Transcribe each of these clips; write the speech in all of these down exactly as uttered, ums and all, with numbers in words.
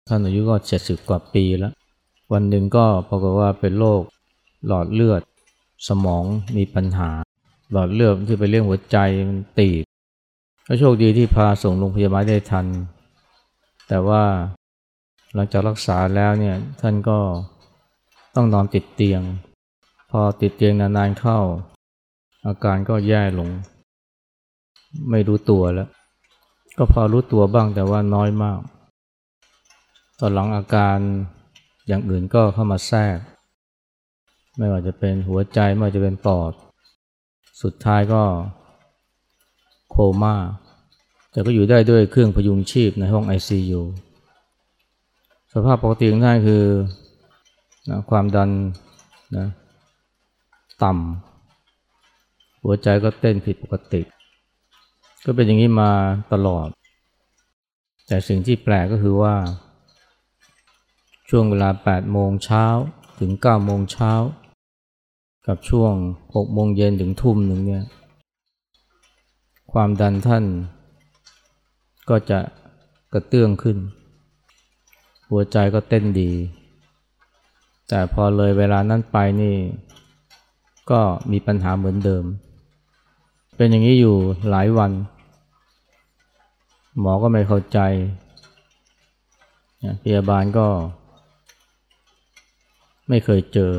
ท่านอายุก็เจ็ดสิบกว่าปีแล้ววันหนึ่งก็ปรากฏว่าเป็นโรคหลอดเลือดสมองมีปัญหาหลอดเลือดที่ไปเลี้ยงหัวใจมันตีบก็โชคดีที่พาส่งโรงพยาบาลได้ทันแต่ว่าหลังจากรักษาแล้วเนี่ยท่านก็ต้องนอนติดเตียงพอติดเตียงนานๆเข้าอาการก็แย่ลงไม่รู้ตัวแล้วก็พอรู้ตัวบ้างแต่ว่าน้อยมากตอนหลังอาการอย่างอื่นก็เข้ามาแทรกไม่ว่าจะเป็นหัวใจไม่ว่าจะเป็นปอดสุดท้ายก็โคม่าแต่ก็อยู่ได้ด้วยเครื่องพยุงชีพในห้อง ไอ ซี ยู สภาพปกติของท่านคือนะความดันนะต่ำหัวใจก็เต้นผิดปกติก็เป็นอย่างนี้มาตลอดแต่สิ่งที่แปลกก็คือว่าช่วงเวลาแปดโมงเช้าถึงเก้าโมงเช้ากับช่วงหกโมงเย็นถึงทุ่มหนึ่งเนี่ยความดันท่านก็จะกระเตื้องขึ้นหัวใจก็เต้นดีแต่พอเลยเวลานั้นไปนี่ก็มีปัญหาเหมือนเดิมเป็นอย่างนี้อยู่หลายวันหมอก็ไม่เข้าใจพยาบาลก็ไม่เคยเจอ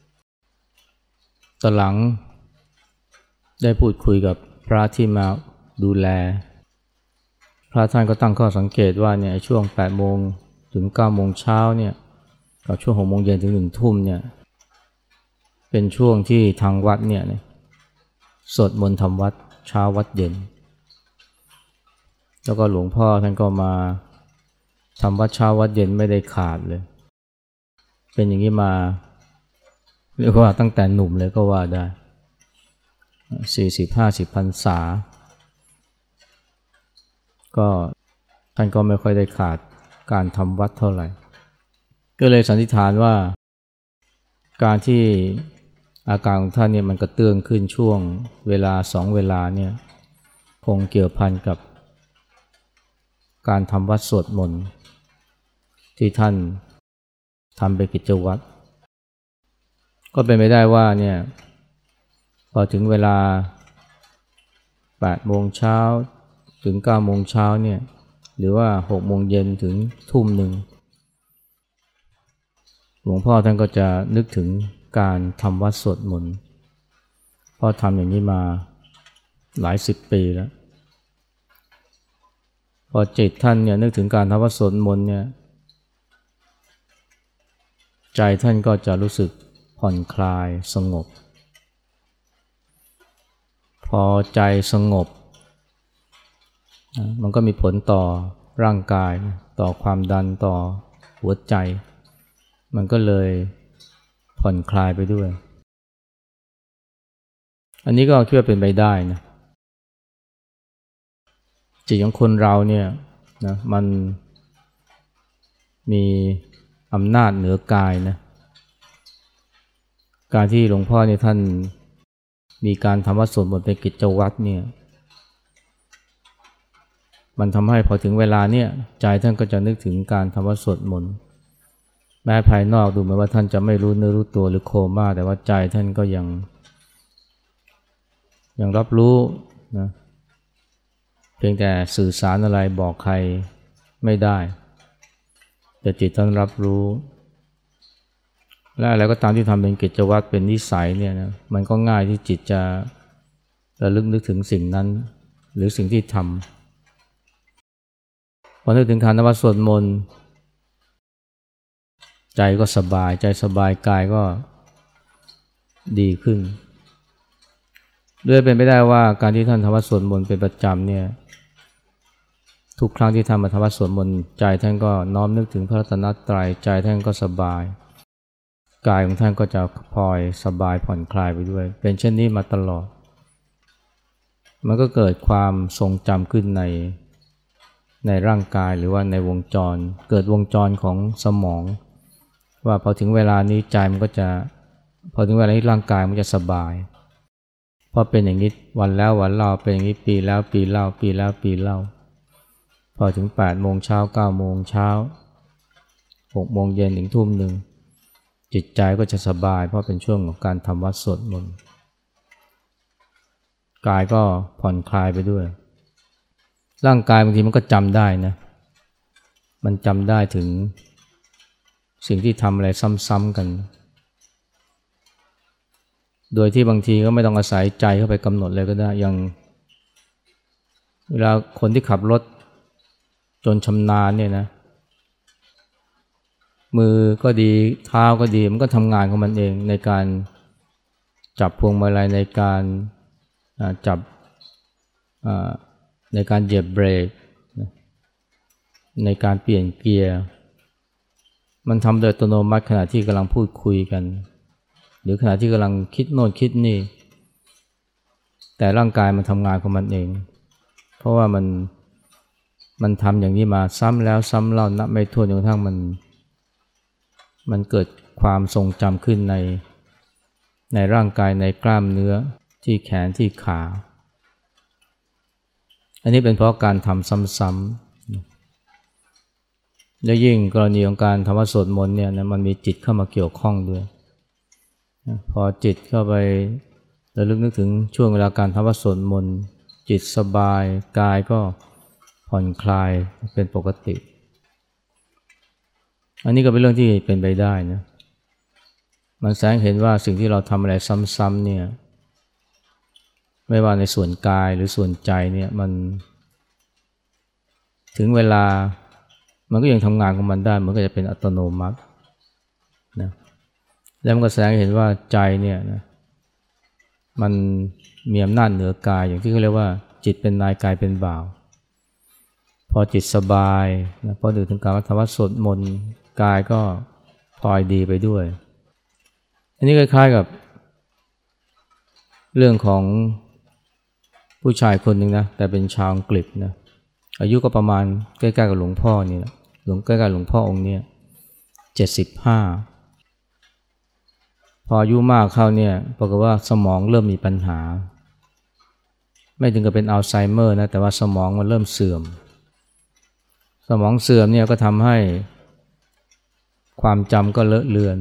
ตอนหลังได้พูดคุยกับพระที่มาดูแลพระท่านก็ตั้งข้อสังเกตว่าเนี่ยช่วงแปดโมงถึงเก้าโมงเช้าเนี่ยกับช่วงหกโมงเย็นถึงหนึ่งทุ่มเนี่ยเป็นช่วงที่ทางวัดเนี่ยสวดมนต์ทำวัดเช้าวัดเย็นแล้วก็หลวงพ่อท่านก็มาทำวัดเช้าวัดเย็นไม่ได้ขาดเลยเป็นอย่างนี้มาเรียกว่าตั้งแต่หนุ่มเลยก็ว่าได้สี่สิบห้าสิบพรรษาก็ท่านก็ไม่ค่อยได้ขาดการทำวัดเท่าไหร่ก็เลยสันนิษฐานว่าการที่อาการของท่านเนี่ยมันกระเตื้องขึ้นช่วงเวลาสองเวลาเนี่ยคงเกี่ยวพันกับการทำวัดสวดมนต์ที่ท่านทำเป็นกิจวัตรก็เป็นไปได้ว่าเนี่ยพอถึงเวลาแปดโมงเช้าถึงเก้าโมงเช้าเนี่ยหรือว่าหกโมงเย็นถึงทุ่มหนึ่งหลวงพ่อท่านก็จะนึกถึงการทำวัดสวดมนต์เพราะทำอย่างนี้มาหลายสิบปีแล้วพอจิตท่านเนี่ยนึกถึงการทำวัดสวดมนต์เนี่ยใจท่านก็จะรู้สึกผ่อนคลายสงบพอใจสงบมันก็มีผลต่อร่างกายต่อความดันต่อหัวใจมันก็เลยผ่อนคลายไปด้วยอันนี้ก็คิดว่าเป็นไปได้นะจิตของคนเราเนี่ยนะมันมีอำนาจเหนือกายนะการที่หลวงพ่อเนี่ยท่านมีการทำวัดสวดมนต์เป็นกิจวัตรเนี่ยมันทำให้พอถึงเวลาเนี่ยใจท่านก็จะนึกถึงการทำวัดสวดมนต์แม้ภายนอกดูเหมือนว่าท่านจะไม่รู้เนื้อรู้ตัวหรือโคม่าแต่ว่าใจท่านก็ยังยังรับรู้นะเพียงแต่สื่อสารอะไรบอกใครไม่ได้แต่จิตท่านรับรู้และอะไรก็ตามที่ทำเป็นกิจวัตรเป็นนิสัยเนี่ยนะมันก็ง่ายที่จิตจะระลึกนึกถึงสิ่งนั้นหรือสิ่งที่ทำพอนึกถึงการทำวัดสวดมนต์ใจก็สบายใจสบายกายก็ดีขึ้นด้วยเป็นไปได้ว่าการที่ท่านทำวัดสวดมนต์เป็นประจำเนี่ยทุกครั้งที่ท่านมาทำวัดสวดมนต์ใจท่านก็น้อมนึกถึงพระรัตนตรัยใจท่านก็สบายกายของท่านก็จะพลอยสบายผ่อนคลายไปด้วยเป็นเช่นนี้มาตลอดมันก็เกิดความทรงจำขึ้นในในร่างกายหรือว่าในวงจรเกิดวงจรของสมองว่าพอถึงเวลานี้ใจมันก็จะพอถึงเวลานี้ร่างกายมันจะสบายเพราะเป็นอย่างนี้วันแล้ววันเล่าเป็นอย่างนี้ปีแล้วปีเล่าปีแล้วปีเล่าพอถึงแปดโมงเช้าเก้าโมงเช้าหกโมงเย็นถึงทุ่มหนึ่งจิตใจก็จะสบายเพราะเป็นช่วงของการทำวัดสวดมนต์กายก็ผ่อนคลายไปด้วยร่างกายบางทีมันก็จำได้นะมันจำได้ถึงสิ่งที่ทำอะไรซ้ำๆกันโดยที่บางทีก็ไม่ต้องอาศัยใจเข้าไปกำหนดเลยก็ได้อย่างเวลาคนที่ขับรถจนชำนาญเนี่ยนะมือก็ดีเท้าก็ดีมันก็ทำงานของมันเองในการจับพวงมาลัยในการจับในการเหยียบเบรกในการเปลี่ยนเกียร์มันทำโดยอัตโนมัติขณะที่กำลังพูดคุยกันหรือขณะที่กำลังคิดโน่นคิดนี่แต่ร่างกายมันทำงานของมันเองเพราะว่ามันมันทำอย่างนี้มาซ้ำแล้วซ้ำเล่านับไม่ถ้วนจนกระทั่งมันมันเกิดความทรงจำขึ้นในในร่างกายในกล้ามเนื้อที่แขนที่ขาอันนี้เป็นเพราะการทำซ้ำๆและยิ่งกรณีของการทำวัดสวดมนต์เนี่ยนะมันมีจิตเข้ามาเกี่ยวข้องด้วยพอจิตเข้าไประลึกนึกถึงช่วงเวลาการทำวัดสวดมนต์จิตสบายกายก็ผ่อนคลายเป็นปกติอันนี้ก็เป็นเรื่องที่เป็นไปได้นะมันแสดงเห็นว่าสิ่งที่เราทำอะไรซ้ำๆเนี่ยไม่ว่าในส่วนกายหรือส่วนใจเนี่ยมันถึงเวลามันก็ยังทำงานของมันได้มันก็จะเป็นอัตโนมัตินะแล้วมันก็แสดงเห็นว่าใจเนี่ยนะมันมีอำนาจเหนือกายอย่างที่เขาเรียกว่าจิตเป็นนายกายเป็นบ่าวพอจิตสบายนะพอถึงการทำวัดสวดมนต์กายก็พลอยดีไปด้วยอันนี้คล้ายๆกับเรื่องของผู้ชายคนหนึ่งนะแต่เป็นชาวอังกฤษนะอายุก็ประมาณใกล้ๆกับหลวงพ่อนี่แหละหลวงใกล้ๆหลวงพ่อองค์นี้เจ็ดสิบห้าพออายุมากเข้าเนี่ยปรากฏว่าสมองเริ่มมีปัญหาไม่ถึงกับเป็นอัลไซเมอร์นะแต่ว่าสมองมันเริ่มเสื่อมสมองเสื่อมเนี่ยก็ทำให้ความจำก็เลอะเลือน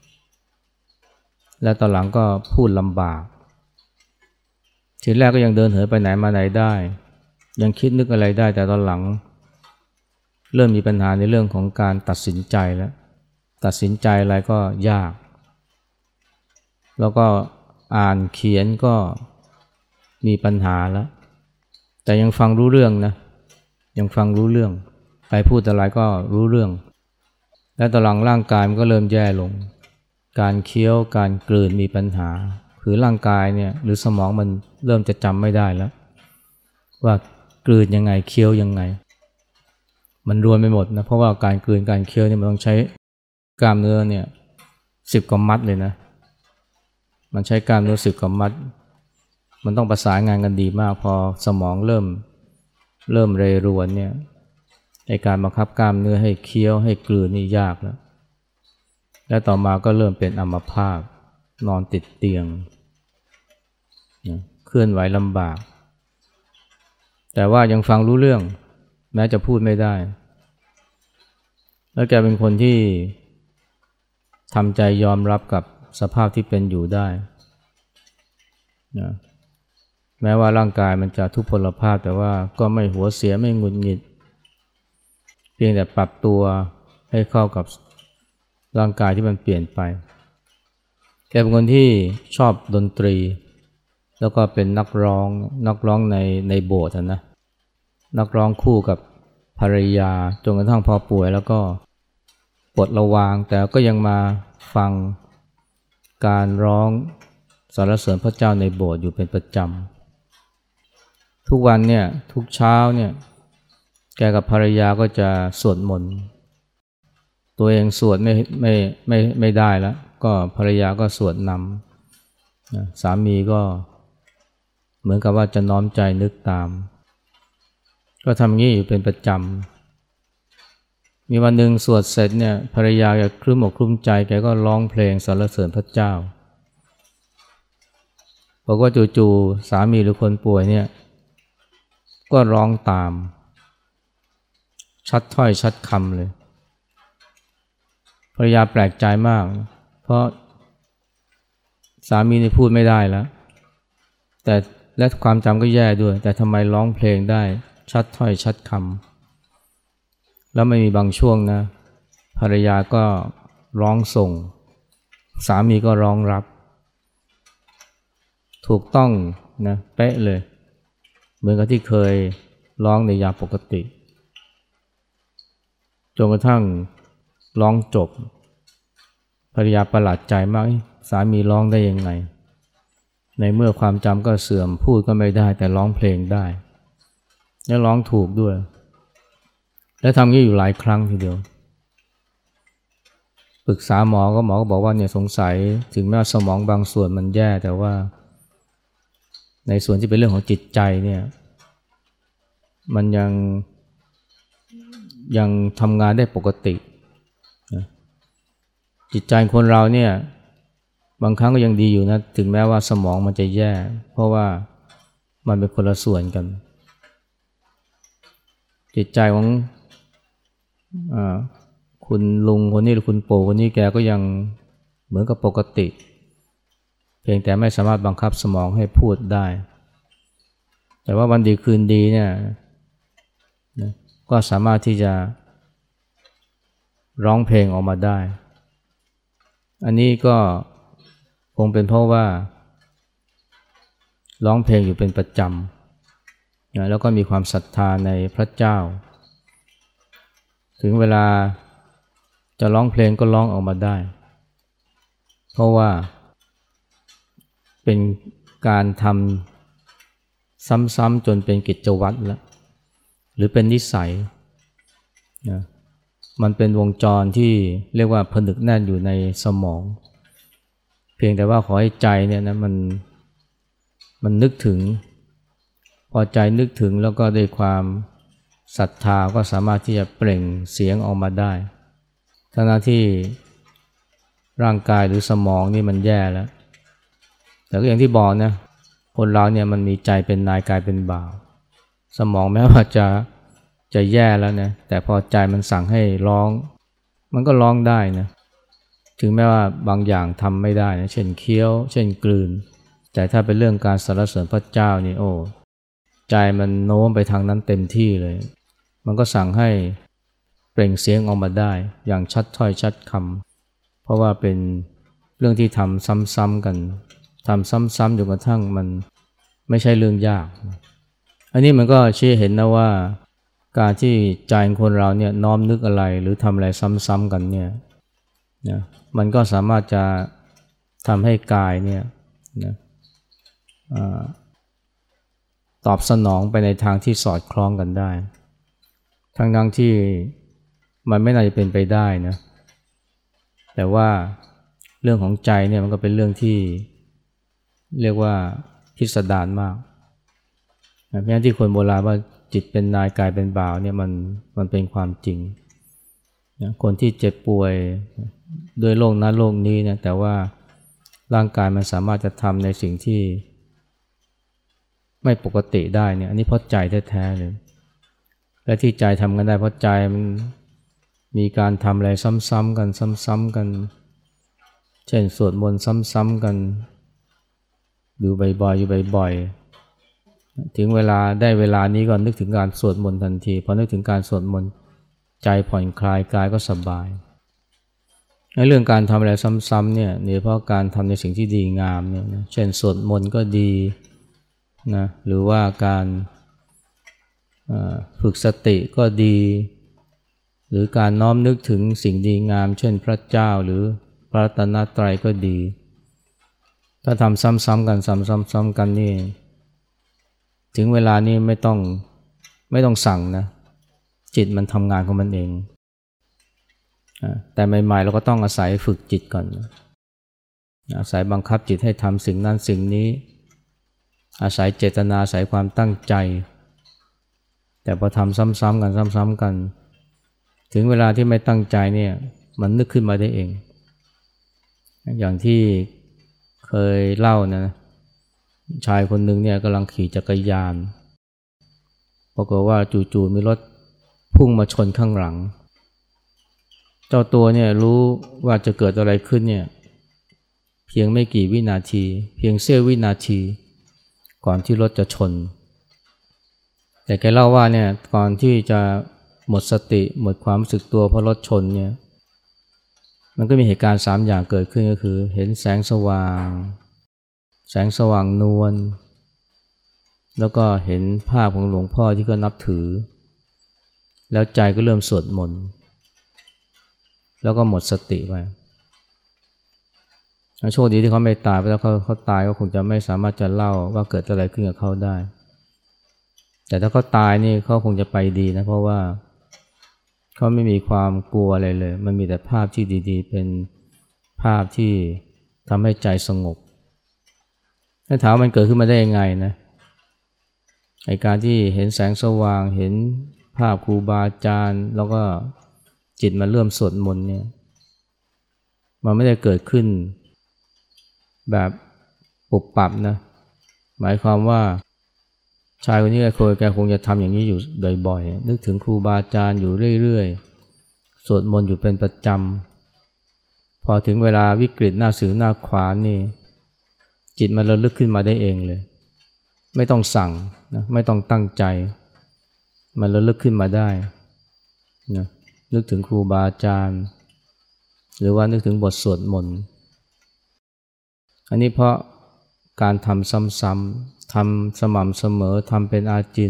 และตอนหลังก็พูดลำบากทีแรกก็ยังเดินเหินไปไหนมาไหนได้ยังคิดนึกอะไรได้แต่ตอนหลังเริ่มมีปัญหาในเรื่องของการตัดสินใจแล้วตัดสินใจอะไรก็ยากแล้วก็อ่านเขียนก็มีปัญหาแล้วแต่ยังฟังรู้เรื่องนะยังฟังรู้เรื่องใครพูดอะไรก็รู้เรื่องและตอนหลังร่างกายมันก็เริ่มแย่ลงการเคี้ยวการกลืนมีปัญหาคือร่างกายเนี่ยหรือสมองมันเริ่มจะจำไม่ได้แล้วว่ากลืนยังไงเคี้ยวยังไงมันรวนไปหมดนะเพราะว่าการกลืนการเคี้ยวเนี่ยมันต้องใช้กล้ามเนื้อเนี่ยสิบกว่ามัดเลยนะมันใช้กล้ามเนื้อสิบกว่ามัดมันต้องประสานงานกันดีมากพอสมองเริ่มเริ่มเรรวนเนี่ยในการบังคับกล้ามเนื้อให้เคี้ยวให้กลืนนี่ยากแล้วและต่อมาก็เริ่มเป็นอัมพาตนอนติดเตียงเคลื่อนไหวลำบากแต่ว่ายังฟังรู้เรื่องแม้จะพูดไม่ได้แล้วแกเป็นคนที่ทำใจยอมรับกับสภาพที่เป็นอยู่ได้นะแม้ว่าร่างกายมันจะทุพพลภาพแต่ว่าก็ไม่หัวเสียไม่หงุดหงิดเพียงแต่ปรับตัวให้เข้ากับร่างกายที่มันเปลี่ยนไปแกเป็นคนที่ชอบดนตรีแล้วก็เป็นนักร้องนักร้องในในโบสถ์นะนักร้องคู่กับภรรยาจนกระทั่งพอป่วยแล้วก็ปลดระวางแต่ก็ยังมาฟังการร้องสรรเสริญพระเจ้าในโบสถ์อยู่เป็นประจำทุกวันเนี่ยทุกเช้าเนี่ยแกกับภรรยาก็จะสวดมนต์ตัวเองสวดไม่ไม่ไม่ไม่ได้แล้วก็ภรรยาก็สวดนำสามีก็เหมือนกับว่าจะน้อมใจนึกตามก็ทำงี้อยู่เป็นประจำมีวันหนึ่งสวดเสร็จเนี่ยภรรยาแกคลุ้มอกคลุ้มใจแกก็ร้องเพลงสรรเสริญพระเจ้าบอกว่าจู่ๆสามีหรือคนป่วยเนี่ยก็ร้องตามชัดถ้อยชัดคำเลยภรรยาแปลกใจมากเพราะสามีนี่พูดไม่ได้แล้วแต่และความจำก็แย่ด้วยแต่ทำไมร้องเพลงได้ชัดถ้อยชัดคำแล้วไม่มีบางช่วงนะภรรยาก็ร้องส่งสามีก็ร้องรับถูกต้องนะเป๊ะเลยเหมือนกับที่เคยร้องในยามปกติจนกระทั่งร้องจบภรรยาประหลาดใจมากสามีร้องได้ยังไงในเมื่อความจำก็เสื่อมพูดก็ไม่ได้แต่ร้องเพลงได้และร้องถูกด้วยและทำงี้อยู่หลายครั้งทีเดียวปรึกษาหมอก็หมอก็บอกว่าเนี่ยสงสัยถึงแม้ว่าสมองบางส่วนมันแย่แต่ว่าในส่วนที่เป็นเรื่องของจิตใจเนี่ยมันยังยังทำงานได้ปกติจิตใจคนเราเนี่ยบางครั้งก็ยังดีอยู่นะถึงแม้ว่าสมองมันจะแย่เพราะว่ามันเป็นคนละส่วนกันจิตใจของอ่าคุณลุงคนนี้หรือคุณปู่คนนี้แกก็ยังเหมือนกับปกติเพียงแต่ไม่สามารถบังคับสมองให้พูดได้แต่ว่าวันดีคืนดีเนี่ยนะก็สามารถที่จะร้องเพลงออกมาได้อันนี้ก็คงเป็นเพราะว่าร้องเพลงอยู่เป็นประจำนะแล้วก็มีความศรัทธาในพระเจ้าถึงเวลาจะร้องเพลงก็ร้องออกมาได้เพราะว่าเป็นการทำซ้ำๆจนเป็นกิจวัตรแล้วหรือเป็นนิสัยนะมันเป็นวงจรที่เรียกว่าผนึกแน่นอยู่ในสมองเพียงแต่ว่าขอให้ใจเนี่ยนะมันมันนึกถึงพอใจนึกถึงแล้วก็ด้วยความศรัทธาก็สามารถที่จะเปล่งเสียงออกมาได้ทั้งที่ร่างกายหรือสมองนี่มันแย่แล้วแต่ก็อย่างที่บอกนะคนเราเนี่ยมันมีใจเป็นนายกายเป็นบ่าวสมองแม้ว่าจะจะแย่แล้วนะแต่พอใจมันสั่งให้ร้องมันก็ร้องได้นะถึงแม้ว่าบางอย่างทำไม่ได้นะเช่นเคี้ยวเช่นกลืนแต่ถ้าเป็นเรื่องการสรรเสริญพระเจ้านี่โอ้ใจมันโน้มไปทางนั้นเต็มที่เลยมันก็สั่งให้เปล่งเสียงออกมาได้อย่างชัดถ้อยชัดคำเพราะว่าเป็นเรื่องที่ทำซ้ำๆกันทำซ้ำๆจนกระทั่งมันไม่ใช่เรื่องยากอันนี้มันก็ชี้เห็นนะว่าการที่ใจคนเราเนี่ยน้อมนึกอะไรหรือทำอะไรซ้ำๆกันเนี่ยนะมันก็สามารถจะทำให้กายเนี่ยนะตอบสนองไปในทางที่สอดคล้องกันได้ทั้งๆที่มันไม่น่าจะเป็นไปได้นะแต่ว่าเรื่องของใจเนี่ยมันก็เป็นเรื่องที่เรียกว่าพิสดารมากนะเพราะฉะนั้นที่คนโบราณว่าจิตเป็นนายกายเป็นบ่าวเนี่ยมันมันเป็นความจริงนะคนที่เจ็บป่วยด้วยโรคนั้นโรคนี้นะแต่ว่าร่างกายมันสามารถจะทำในสิ่งที่ไม่ปกติได้เนี่ยอันนี้เพราะใจแท้ๆเลยและที่ใจทำกันได้เพราะใจมันมีการทำอะไรซ้ำๆกันซ้ำๆกันเช่นสวดมนต์ซ้ำๆกันอยู่บ่อยๆอยู่บ่อยๆถึงเวลาได้เวลานี้ก็นึกถึงการสวดมนต์ทันทีพอนึกถึงการสวดมนต์ใจผ่อนคลายกายก็สบายในเรื่องการทำอะไรซ้ำๆเนี่ยโดยเฉพาะการทำในสิ่งที่ดีงามเนี่ยนะเช่นสวดมนต์ก็ดีนะหรือว่าการฝึกสติก็ดีหรือการน้อมนึกถึงสิ่งดีงามเช่นพระเจ้าหรือพระรัตนตรัยก็ดีถ้าทำซ้ำๆกันซ้ำๆกันนี่ถึงเวลานี้ไม่ต้องไม่ต้องสั่งนะจิตมันทำงานของมันเองแต่ใหม่ๆเราก็ต้องอาศัยฝึกจิตก่อนอาศัยบังคับจิตให้ทำสิ่งนั้นสิ่งนี้อาศัยเจตนาอาศัยความตั้งใจแต่พอทำซ้ำๆกันซ้ำๆกันถึงเวลาที่ไม่ตั้งใจเนี่ยมันนึกขึ้นมาได้เองอย่างที่เคยเล่านะชายคนหนึ่งเนี่ยกำลังขี่จักรยานปรากฏว่าจู่ๆมีรถพุ่งมาชนข้างหลังเจ้าตัวเนี่ยรู้ว่าจะเกิดอะไรขึ้นเนี่ยเพียงไม่กี่วินาทีเพียงเสี้ยววินาทีก่อนที่รถจะชนแต่แกเล่าว่าเนี่ยก่อนที่จะหมดสติหมดความรู้สึกตัวเพราะรถชนเนี่ยมันก็มีเหตุการณ์สามอย่างเกิดขึ้นก็คือเห็นแสงสว่างแสงสว่างนวลแล้วก็เห็นภาพของหลวงพ่อที่ก็นับถือแล้วใจก็เริ่มสวดมนต์แล้วก็หมดสติไปโชคดีที่เขาไม่ตายไปแล้วเขาเขาตายก็คงจะไม่สามารถจะเล่าว่าเกิดอะไรขึ้นกับเขาได้แต่ถ้าเขาตายนี่เขาคงจะไปดีนะเพราะว่าเขาไม่มีความกลัวอะไรเลยมันมีแต่ภาพที่ดีๆเป็นภาพที่ทำให้ใจสงบถ้าถามมันเกิดขึ้นมาได้ยังไงนะไอ้การที่เห็นแสงสว่างเห็นภาพครูบาอาจารย์แล้วก็จิตมันเริ่มสวดมนต์เนี่ยมันไม่ได้เกิดขึ้นแบบปุบปับนะหมายความว่าชายคนนี้แกเคยแกคงจะทำอย่างนี้อยู่บ่อยๆนึกถึงครูบาอาจารย์อยู่เรื่อยๆสวดมนต์อยู่เป็นประจำพอถึงเวลาวิกฤตหน้าสิวหน้าขวานนี่จิตมันระลึกขึ้นมาได้เองเลยไม่ต้องสั่งนะไม่ต้องตั้งใจมันระลึกขึ้นมาได้นะนึกถึงครูบาอาจารย์หรือว่านึกถึงบทสวดมนต์อันนี้เพราะการทำซ้ำๆทำสม่ำเสมอทำเป็นอาจิน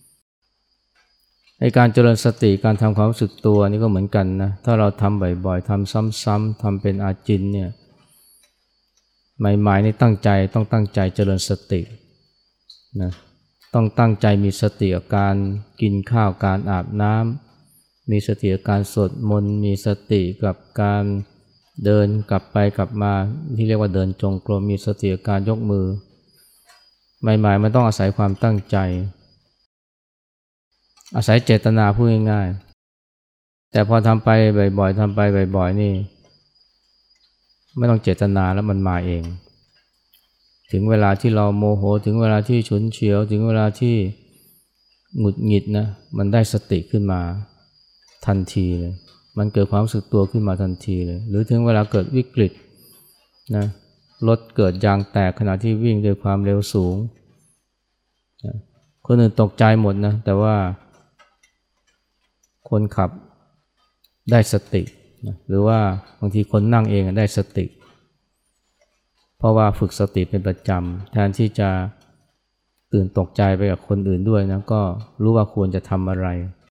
ในการเจริญสติการทำความรู้สึกตัวนี่ก็เหมือนกันนะถ้าเราทำบ่อยๆทำซ้ำๆทำเป็นอาจินเนี่ยใหม่ๆนี่ตั้งใจต้องตั้งใจเจริญสตินะต้องตั้งใจมีสติกับการกินข้าวการอาบน้ำมีสติกับการสวดมนต์มีสติกับการเดินกลับไปกลับมาที่เรียกว่าเดินจงกรมมีสติกับการยกมือใหม่ๆมันต้องอาศัยความตั้งใจอาศัยเจตนาพูดง่ายๆแต่พอทำไปบ่อยๆทำไปบ่อยๆนี่ไม่ต้องเจตนาแล้วมันมาเองถึงเวลาที่เราโมโหถึงเวลาที่ฉุนเฉียวถึงเวลาที่หงุดหงิดนะมันได้สติขึ้นมาทันทีเลยมันเกิดความรู้สึกตัวขึ้นมาทันทีเลยหรือถึงเวลาเกิดวิกฤตนะรถเกิดยางแตกขณะที่วิ่งด้วยความเร็วสูงนะคนอื่นตกใจหมดนะแต่ว่าคนขับได้สตินะหรือว่าบางทีคนนั่งเองได้สติเพราะว่าฝึกสติเป็นประจำแทนที่จะตื่นตกใจไปกับคนอื่นด้วยนะก็รู้ว่าควรจะทำอะไร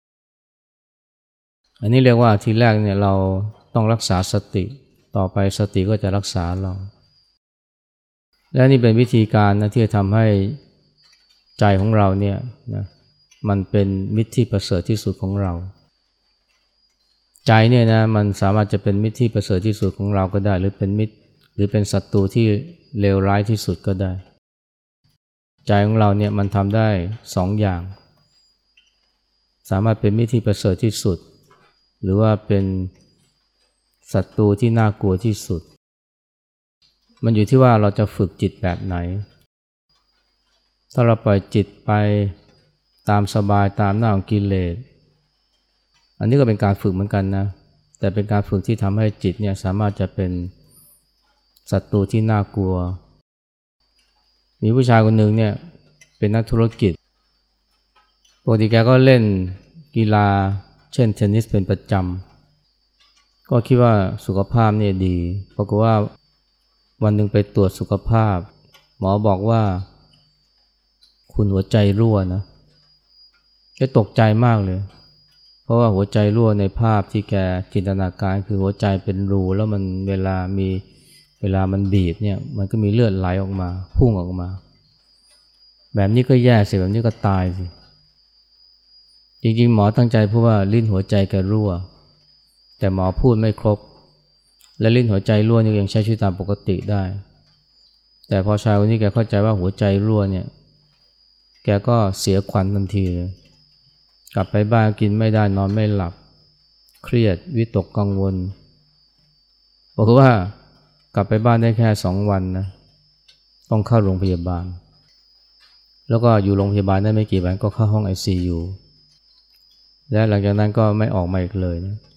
อันนี้เรียกว่าทีแรกเนี่ยเราต้องรักษาสติต่อไปสติก็จะรักษาเราและนี่เป็นวิธีการนะที่จะทำให้ใจของเราเนี่ยนะมันเป็นมิตรที่ประเสริฐที่สุดของเราใจเนี่ยนะมันสามารถจะเป็นมิตรที่ประเสริฐที่สุดของเราก็ได้หรือเป็นมิตรหรือเป็นศัตรูที่เลวร้ายที่สุดก็ได้ใจของเราเนี่ยมันทำได้สองอย่างสามารถเป็นมิตรที่ประเสริฐที่สุดหรือว่าเป็นศัตรูที่น่ากลัวที่สุดมันอยู่ที่ว่าเราจะฝึกจิตแบบไหนถ้าเราปล่อยจิตไปตามสบายตามหน้าของกิเลสอันนี้ก็เป็นการฝึกเหมือนกันนะแต่เป็นการฝึกที่ทำให้จิตเนี่ยสามารถจะเป็นศัตรูที่น่ากลัวมีผู้ชายคนหนึ่งเนี่ยเป็นนักธุรกิจปกติแกก็เล่นกีฬาเช่นเทนนิสเป็นประจำก็คิดว่าสุขภาพเนี่ยดีปรากฏว่าวันหนึ่งไปตรวจสุขภาพหมอบอกว่าคุณหัวใจรั่วนะแกตกใจมากเลยเพราะว่าหัวใจรั่วในภาพที่แกจินตนาการคือหัวใจเป็นรูแล้วมันเวลามีเวลามันบีบเนี่ยมันก็มีเลือดไหลออกมาพุ่งออกมาแบบนี้ก็แย่สิแบบนี้ก็ตายสิจริงๆหมอตั้งใจพูดว่าลิ้นหัวใจแกรั่วแต่หมอพูดไม่ครบและลิ้นหัวใจรั่วนี่ยังใช้ชีวิตตามปกติได้แต่พอชายคนนี้แกเข้าใจว่าหัวใจรั่วเนี่ยแกก็เสียขวัญทันทีเลยกลับไปบ้านกินไม่ได้นอนไม่หลับเครียดวิตกกังวลบอกว่ากลับไปบ้านได้แค่สองวันนะต้องเข้าโรงพยาบาลแล้วก็อยู่โรงพยาบาลได้ไม่กี่วันก็เข้าห้อง ไอ ซี ยู และหลังจากนั้นก็ไม่ออกมาอีกเลยนะ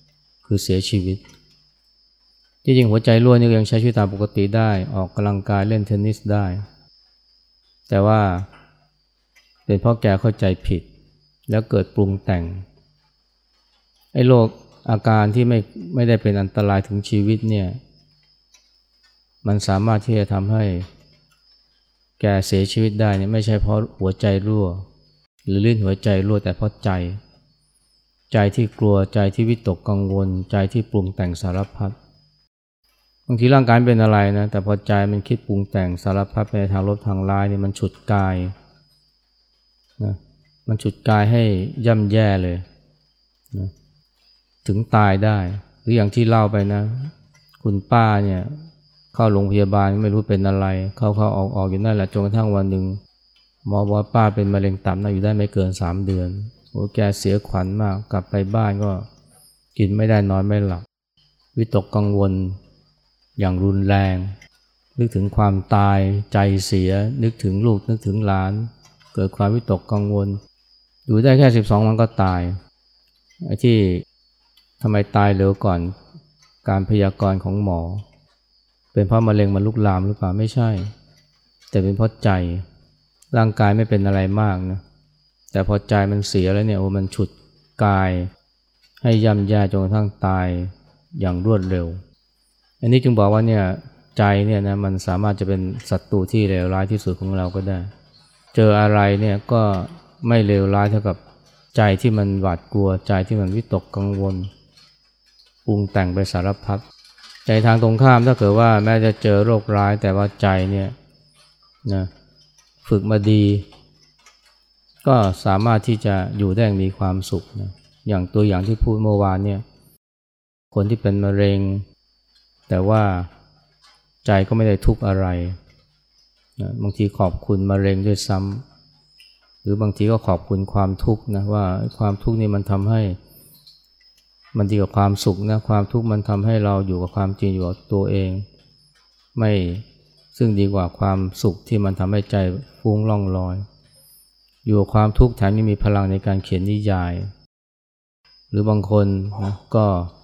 คือเสียชีวิตที่จริงหัวใจรั่วนี่ยังใช้ชีวิตตามปกติได้ออกกำลังกายเล่นเทนนิสได้แต่ว่าเป็นเพราะแกเข้าใจผิดแล้วเกิดปรุงแต่งไอ้โรคอาการที่ไม่ไม่ได้เป็นอันตรายถึงชีวิตเนี่ยมันสามารถที่จะทำให้แกเสียชีวิตได้เนี่ยไม่ใช่เพราะหัวใจรั่วหรือลื่นหัวใจรั่วแต่เพราะใจใจที่กลัวใจที่วิตกกังวลใจที่ปรุงแต่งสารพัดบางทีร่างกายเป็นอะไรนะแต่พอใจมันคิดปรุงแต่งสารพัดไปในทางลบทางร้ายเนี่ยมันฉุดกายนะมันฉุดกายให้ย่ำแย่เลยนะถึงตายได้หรืออย่างที่เล่าไปนะคุณป้าเนี่ยเข้าโรงพยาบาลไม่รู้เป็นอะไรเข้าเข้าออกออกอยู่นั่นแหละจนกระทั่งวันหนึ่งหมอบอกว่าป้าเป็นมะเร็งตับนะอยู่ได้ไม่เกินสามเดือนโอ้แกเสียขวัญมากกลับไปบ้านก็กินไม่ได้นอนไม่หลับวิตกกังวลอย่างรุนแรงนึกถึงความตายใจเสียนึกถึงลูกนึกถึงหลานเกิดความวิตกกังวลอยู่ได้แค่สิบสองวันก็ตายไอ้ที่ทำไมตายเร็วก่อนการพยากรณ์ของหมอเป็นเพราะมะเร็งมันลุกลามหรือเปล่าไม่ใช่แต่เป็นเพราะใจร่างกายไม่เป็นอะไรมากนะแต่พอใจมันเสียแล้วเนี่ยโอ้มันฉุดกายให้ย่ำแย่จนกระทั่งตายอย่างรวดเร็วอันนี้จึงบอกว่าเนี่ยใจเนี่ยนะมันสามารถจะเป็นศัตรูที่เลวร้ายที่สุดของเราก็ได้เจออะไรเนี่ยก็ไม่เลวร้ายเท่ากับใจที่มันหวาดกลัวใจที่มันวิตกกังวลปรุงแต่งไปสารพัดใจทางตรงข้ามถ้าเกิดว่าแม้จะเจอโรคร้ายแต่ว่าใจเนี่ยนะฝึกมาดีก็สามารถที่จะอยู่ได้อย่างมีความสุขนะอย่างตัวอย่างที่พูดเมื่อวานเนี่ยคนที่เป็นมะเร็งแต่ว่าใจก็ไม่ได้ทุกข์อะไรนะบางทีขอบคุณมะเร็งด้วยซ้ำหรือบางทีก็ขอบคุณความทุกข์นะว่าความทุกข์นี่มันทำให้มันดีกว่าความสุขนะความทุกข์มันทำให้เราอยู่กับความจริงอยู่กับตัวเองไม่ซึ่งดีกว่าความสุขที่มันทำให้ใจฟุ้งล่องลอยอยู่กับความทุกข์แถมยังมีพลังในการเขียนนิยายหรือบางคนนะก็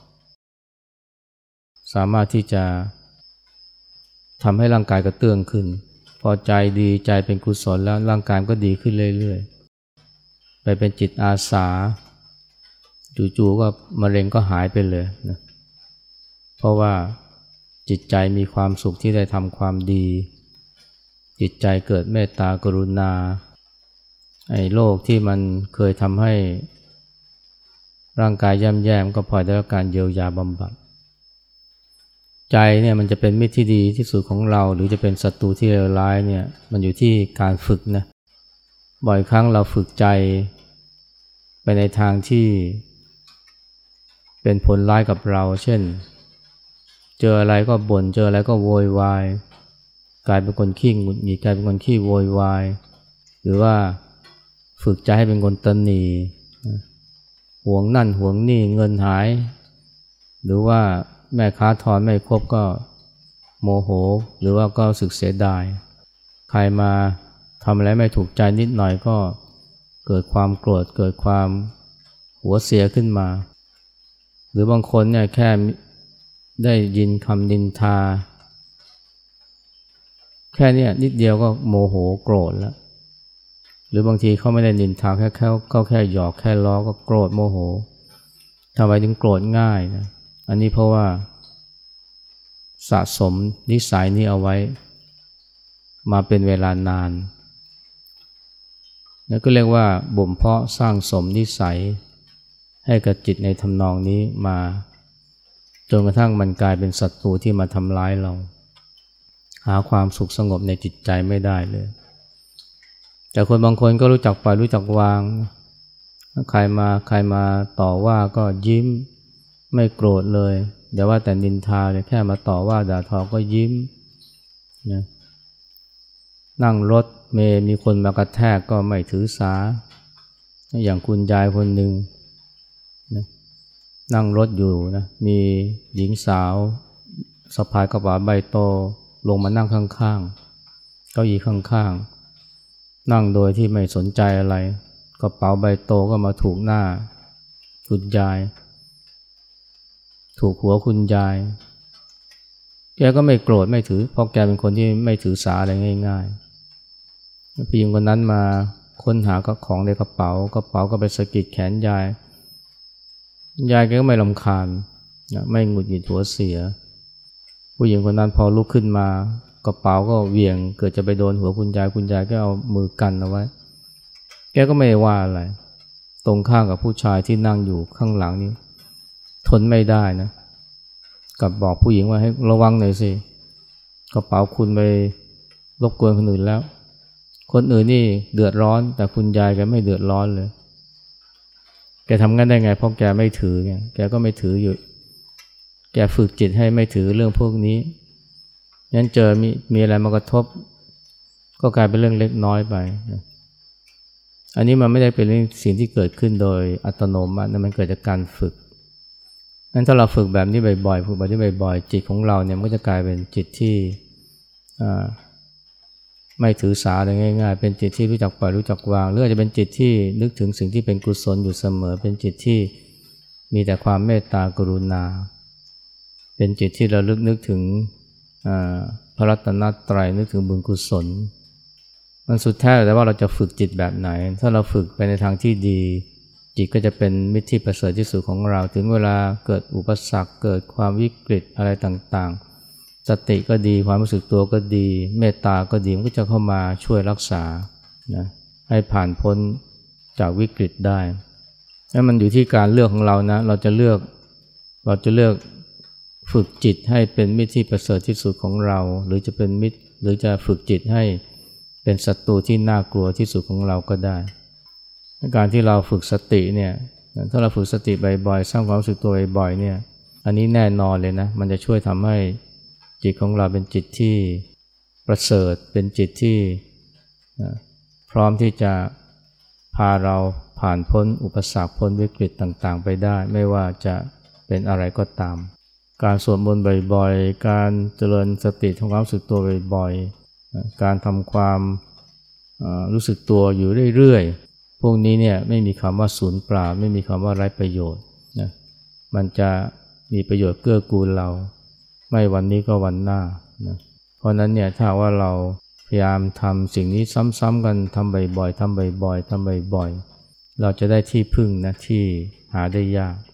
สามารถที่จะทำให้ร่างกายกระเตื้องขึ้นพอใจดีใจเป็นกุศลแล้วร่างกายก็ดีขึ้นเรื่อยๆไปเป็นจิตอาสาจู่ๆก็มะเร็งก็หายไปเลยนะเพราะว่าจิตใจมีความสุขที่ได้ทำความดีจิตใจเกิดเมตตากรุณาไอ้โรคที่มันเคยทำให้ร่างกายย่ำแย่ก็พลอยได้รับการเยียวยาบำบัดใจเนี่ยมันจะเป็นมิตรที่ดีที่สุดของเราหรือจะเป็นศัตรูที่เลวร้ายเนี่ยมันอยู่ที่การฝึกนะบ่อยครั้งเราฝึกใจไปในทางที่เป็นผลร้ายกับเราเช่นเจออะไรก็บ่นเจออะไรก็โวยวายกลายเป็นคนขี้หงุดหงิดกลายเป็นคนขี้โวยวายหรือว่าฝึกใจให้เป็นคนตนีหวงนั่นหวงนี่เงินหายหรือว่าแม่ค้าทอนไม่ครบก็โมโหหรือว่าก็สึกเสียดายใครมาทำอะไรไม่ถูกใจนิดหน่อยก็เกิดความโกรธเกิดความหัวเสียขึ้นมาหรือบางคนเนี่ยแค่ได้ยินคำนินทาแค่นี้นิดเดียวก็โมโหโกรธแล้วหรือบางทีเขาไม่ได้นินทาแค่แค่ก็แค่หยอกแค่ล้อก็โกรธโมโหทำไมถึงโกรธง่ายนะอันนี้เพราะว่าสะสมนิสัยนี้เอาไว้มาเป็นเวลานานนั่นก็เรียกว่าบ่มเพาะสร้างสมนิสัยให้กับจิตในทำนองนี้มาจนกระทั่งมันกลายเป็นศัตรูที่มาทำร้ายเราหาความสุขสงบในจิตใจไม่ได้เลยแต่คนบางคนก็รู้จักปล่อยรู้จักวางใครมาใครมาต่อว่าก็ยิ้มไม่โกรธเลยเดี๋ยวว่าแต่นินทาเลยแค่มาต่อว่าด่าทอก็ยิ้มนะนั่งรถเมล์มีคนมากระแทกก็ไม่ถือสาอย่างคุณยายคนหนึ่งนะนั่งรถอยู่นะมีหญิงสาวสะพายกระเป๋าใบโตลงมานั่งข้างๆเก้าอี้ข้างๆนั่งโดยที่ไม่สนใจอะไรกระเป๋าใบโตก็มาถูกหน้าคุณยายถูกหัวคุณยายแกก็ไม่โกรธไม่ถือเพราะแกเป็นคนที่ไม่ถือสาอะไรง่ายๆผู้หญิงคนนั้นมาค้นหาของในกระเป๋ากระเป๋าก็ไปสะกิดแขนยายยายแกก็ไม่รำคาญนะไม่หงุดหงิดหัวเสียผู้หญิงคนนั้นพอลุกขึ้นมากระเป๋าก็เหวี่ยงเกิดจะไปโดนหัวคุณยายคุณยายก็เอามือกันเอาไว้แกก็ไม่ว่าอะไรตรงข้ามกับผู้ชายที่นั่งอยู่ข้างหลังนี้ทนไม่ได้นะกับบอกผู้หญิงว่าให้ระวังหน่อยสิกระเป๋าคุณไปรบกวนคนอื่นแล้วคนอื่นนี่เดือดร้อนแต่คุณยายแกไม่เดือดร้อนเลยแกทำงั้นได้ไงเพราะแกไม่ถือไงแกก็ไม่ถืออยู่แกฝึกจิตให้ไม่ถือเรื่องพวกนี้งั้นเจอมีมีอะไรมากระทบก็กลายเป็นเรื่องเล็กน้อยไปอันนี้มันไม่ได้เป็นสิ่งที่เกิดขึ้นโดยอัตโนมัตินะมันเกิดจากการฝึกงั้นถ้าเราฝึกแบบนี้บ่อยๆฝึกแบบนี้บ่อยๆจิตของเราเนี่ยมันก็จะกลายเป็นจิตที่ไม่ถือสาอะไรง่ายๆเป็นจิตที่รู้จักปล่อยรู้จักวางหรืออาจจะเป็นจิตที่นึกถึงสิ่งที่เป็นกุศลอยู่เสมอเป็นจิตที่มีแต่ความเมตตากรุณาเป็นจิตที่ระลึกนึกถึงพระรัตนตรัยนึกถึงบุญกุศลมันสุดแท้แต่ว่าเราจะฝึกจิตแบบไหนถ้าเราฝึกไปในทางที่ดีจิตก็จะเป็นมิตรที่ประเสริฐที่สุดของเราถึงเวลาเกิดอุปสรรคเกิดความวิกฤตอะไรต่างๆสติก็ดีความรู้สึกตัวก็ดีเมตตาก็ดีมันก็จะเข้ามาช่วยรักษานะให้ผ่านพ้นจากวิกฤตได้แล้วมันอยู่ที่การเลือกของเรานะเราจะเลือกเราจะเลือกฝึกจิตให้เป็นมิตรที่ประเสริฐที่สุดของเราหรือจะเป็นมิตรหรือจะฝึกจิตให้เป็นศัตรูที่น่ากลัวที่สุดของเราก็ได้การที่เราฝึกสติเนี่ยถ้าเราฝึกสติบ่อยๆสร้างความรู้สึกตัวบ่อยๆเนี่ยอันนี้แน่นอนเลยนะมันจะช่วยทำให้จิตของเราเป็นจิตที่ประเสริฐเป็นจิตที่พร้อมที่จะพาเราผ่านพ้นอุปสรรคพ้นวิกฤตต่างๆไปได้ไม่ว่าจะเป็นอะไรก็ตามการสวดมนต์บ่อยๆการเจริญสติทำความรู้สึกตัวบ่อยๆการทำความรู้สึกตัวอยู่เรื่อยๆพวกนี้เนี่ยไม่มีคำว่าสูญเปล่าไม่มีคำว่าไร้ประโยชน์นะมันจะมีประโยชน์เกื้อกูลเราไม่วันนี้ก็วันหน้านะเพราะนั้นเนี่ยถ้าว่าเราพยายามทำสิ่งนี้ซ้ำๆกันทำบ่อยๆทำบ่อยๆทำบ่อยๆเราจะได้ที่พึ่งนะที่หาได้ยาก